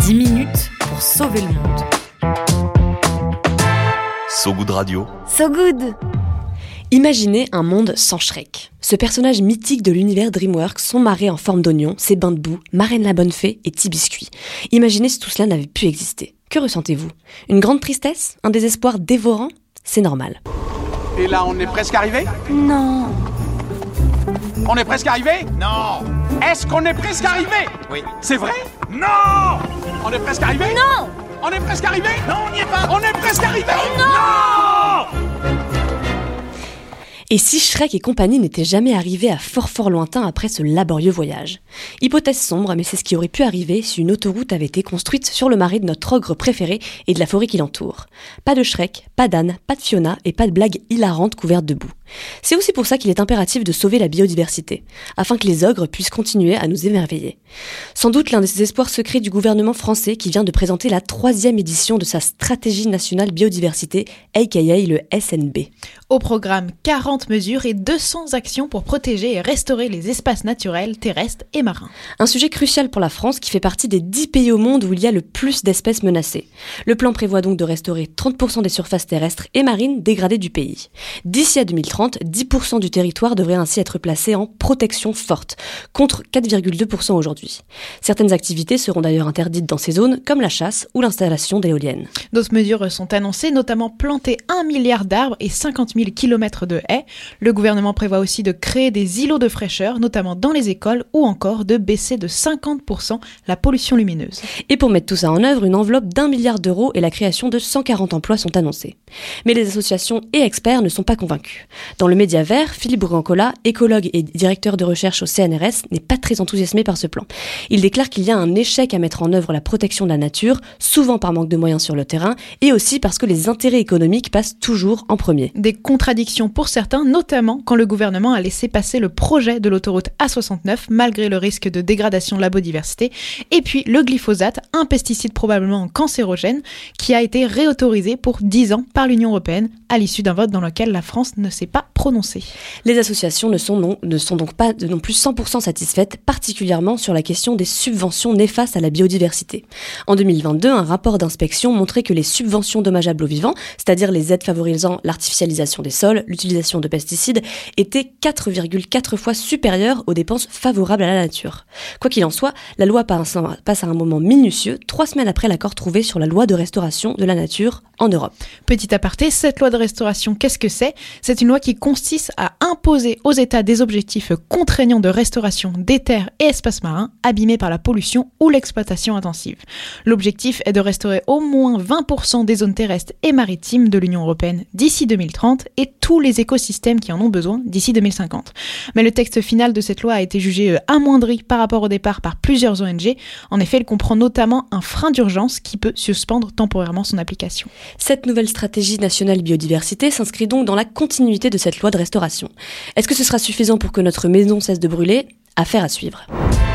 10 minutes pour sauver le monde. So Good Radio. So Good. Imaginez un monde sans Shrek. Ce personnage mythique de l'univers DreamWorks, son marais en forme d'oignon, ses bains de boue, Marraine la bonne fée et Ti-Biscuit. Imaginez si tout cela n'avait pu exister. Que ressentez-vous ? Une grande tristesse ? Un désespoir dévorant ? C'est normal. Et là, on est presque arrivé ? Non. On est presque arrivé ? Non. Est-ce qu'on est presque arrivé ? Oui. C'est vrai ? Non. On est presque arrivé ? Non. On est presque arrivé ? Non, on n'y est pas. On est presque arrivé ? Non. Et si Shrek et compagnie n'étaient jamais arrivés à fort lointain après ce laborieux voyage ? Hypothèse sombre, mais c'est ce qui aurait pu arriver si une autoroute avait été construite sur le marais de notre ogre préféré et de la forêt qui l'entoure. Pas de Shrek, pas d'âne, pas de Fiona et pas de blagues hilarantes couvertes de boue. C'est aussi pour ça qu'il est impératif de sauver la biodiversité, afin que les ogres puissent continuer à nous émerveiller. Sans doute l'un des espoirs secrets du gouvernement français qui vient de présenter la 3e édition de sa stratégie nationale biodiversité, aka le SNB. Au programme, 40 mesures et 200 actions pour protéger et restaurer les espaces naturels, terrestres et marins. Un sujet crucial pour la France qui fait partie des 10 pays au monde où il y a le plus d'espèces menacées. Le plan prévoit donc de restaurer 30% des surfaces terrestres et marines dégradées du pays. D'ici à 2030, 10% du territoire devrait ainsi être placé en protection forte, contre 4,2% aujourd'hui. Certaines activités seront d'ailleurs interdites dans ces zones, comme la chasse ou l'installation d'éoliennes. D'autres mesures sont annoncées, notamment planter 1 milliard d'arbres et 50 000 km de haies. Le gouvernement prévoit aussi de créer des îlots de fraîcheur, notamment dans les écoles, ou encore de baisser de 50% la pollution lumineuse. Et pour mettre tout ça en œuvre, une enveloppe d'1 milliard d'euros et la création de 140 emplois sont annoncés. Mais les associations et experts ne sont pas convaincus. Dans le Média Vert, Philippe Bourgancola, écologue et directeur de recherche au CNRS, n'est pas très enthousiasmé par ce plan. Il déclare qu'il y a un échec à mettre en œuvre la protection de la nature, souvent par manque de moyens sur le terrain, et aussi parce que les intérêts économiques passent toujours en premier. Des contradictions pour certains, notamment quand le gouvernement a laissé passer le projet de l'autoroute A69 malgré le risque de dégradation de la biodiversité, et puis le glyphosate, un pesticide probablement cancérogène, qui a été réautorisé pour 10 ans par l'Union européenne à l'issue d'un vote dans lequel la France ne s'est pas prononcée. Les associations ne sont donc pas non plus 100% satisfaites, particulièrement sur la question des subventions néfastes à la biodiversité. En 2022, un rapport d'inspection montrait que les subventions dommageables aux vivants, c'est-à-dire les aides favorisant l'artificialisation des sols, l'utilisation de pesticides, étaient 4,4 fois supérieures aux dépenses favorables à la nature. Quoi qu'il en soit, la loi passe à un moment minutieux, 3 semaines après l'accord trouvé sur la loi de restauration de la nature en Europe. Petit aparté, cette loi de restauration, qu'est-ce que c'est ? C'est une loi qui consiste à imposer aux États des objectifs contraignants de restauration des terres et espaces marins abîmés par la pollution ou l'exploitation intensive. L'objectif est de restaurer au moins 20% des zones terrestres et maritimes de l'Union européenne d'ici 2030 et tous les écosystèmes qui en ont besoin d'ici 2050. Mais le texte final de cette loi a été jugé amoindri par rapport au départ par plusieurs ONG. En effet, il comprend notamment un frein d'urgence qui peut suspendre temporairement son application. Cette nouvelle stratégie nationale biodiversité s'inscrit donc dans la continuité de cette loi de restauration. Est-ce que ce sera suffisant pour que notre maison cesse de brûler ? Affaire à suivre.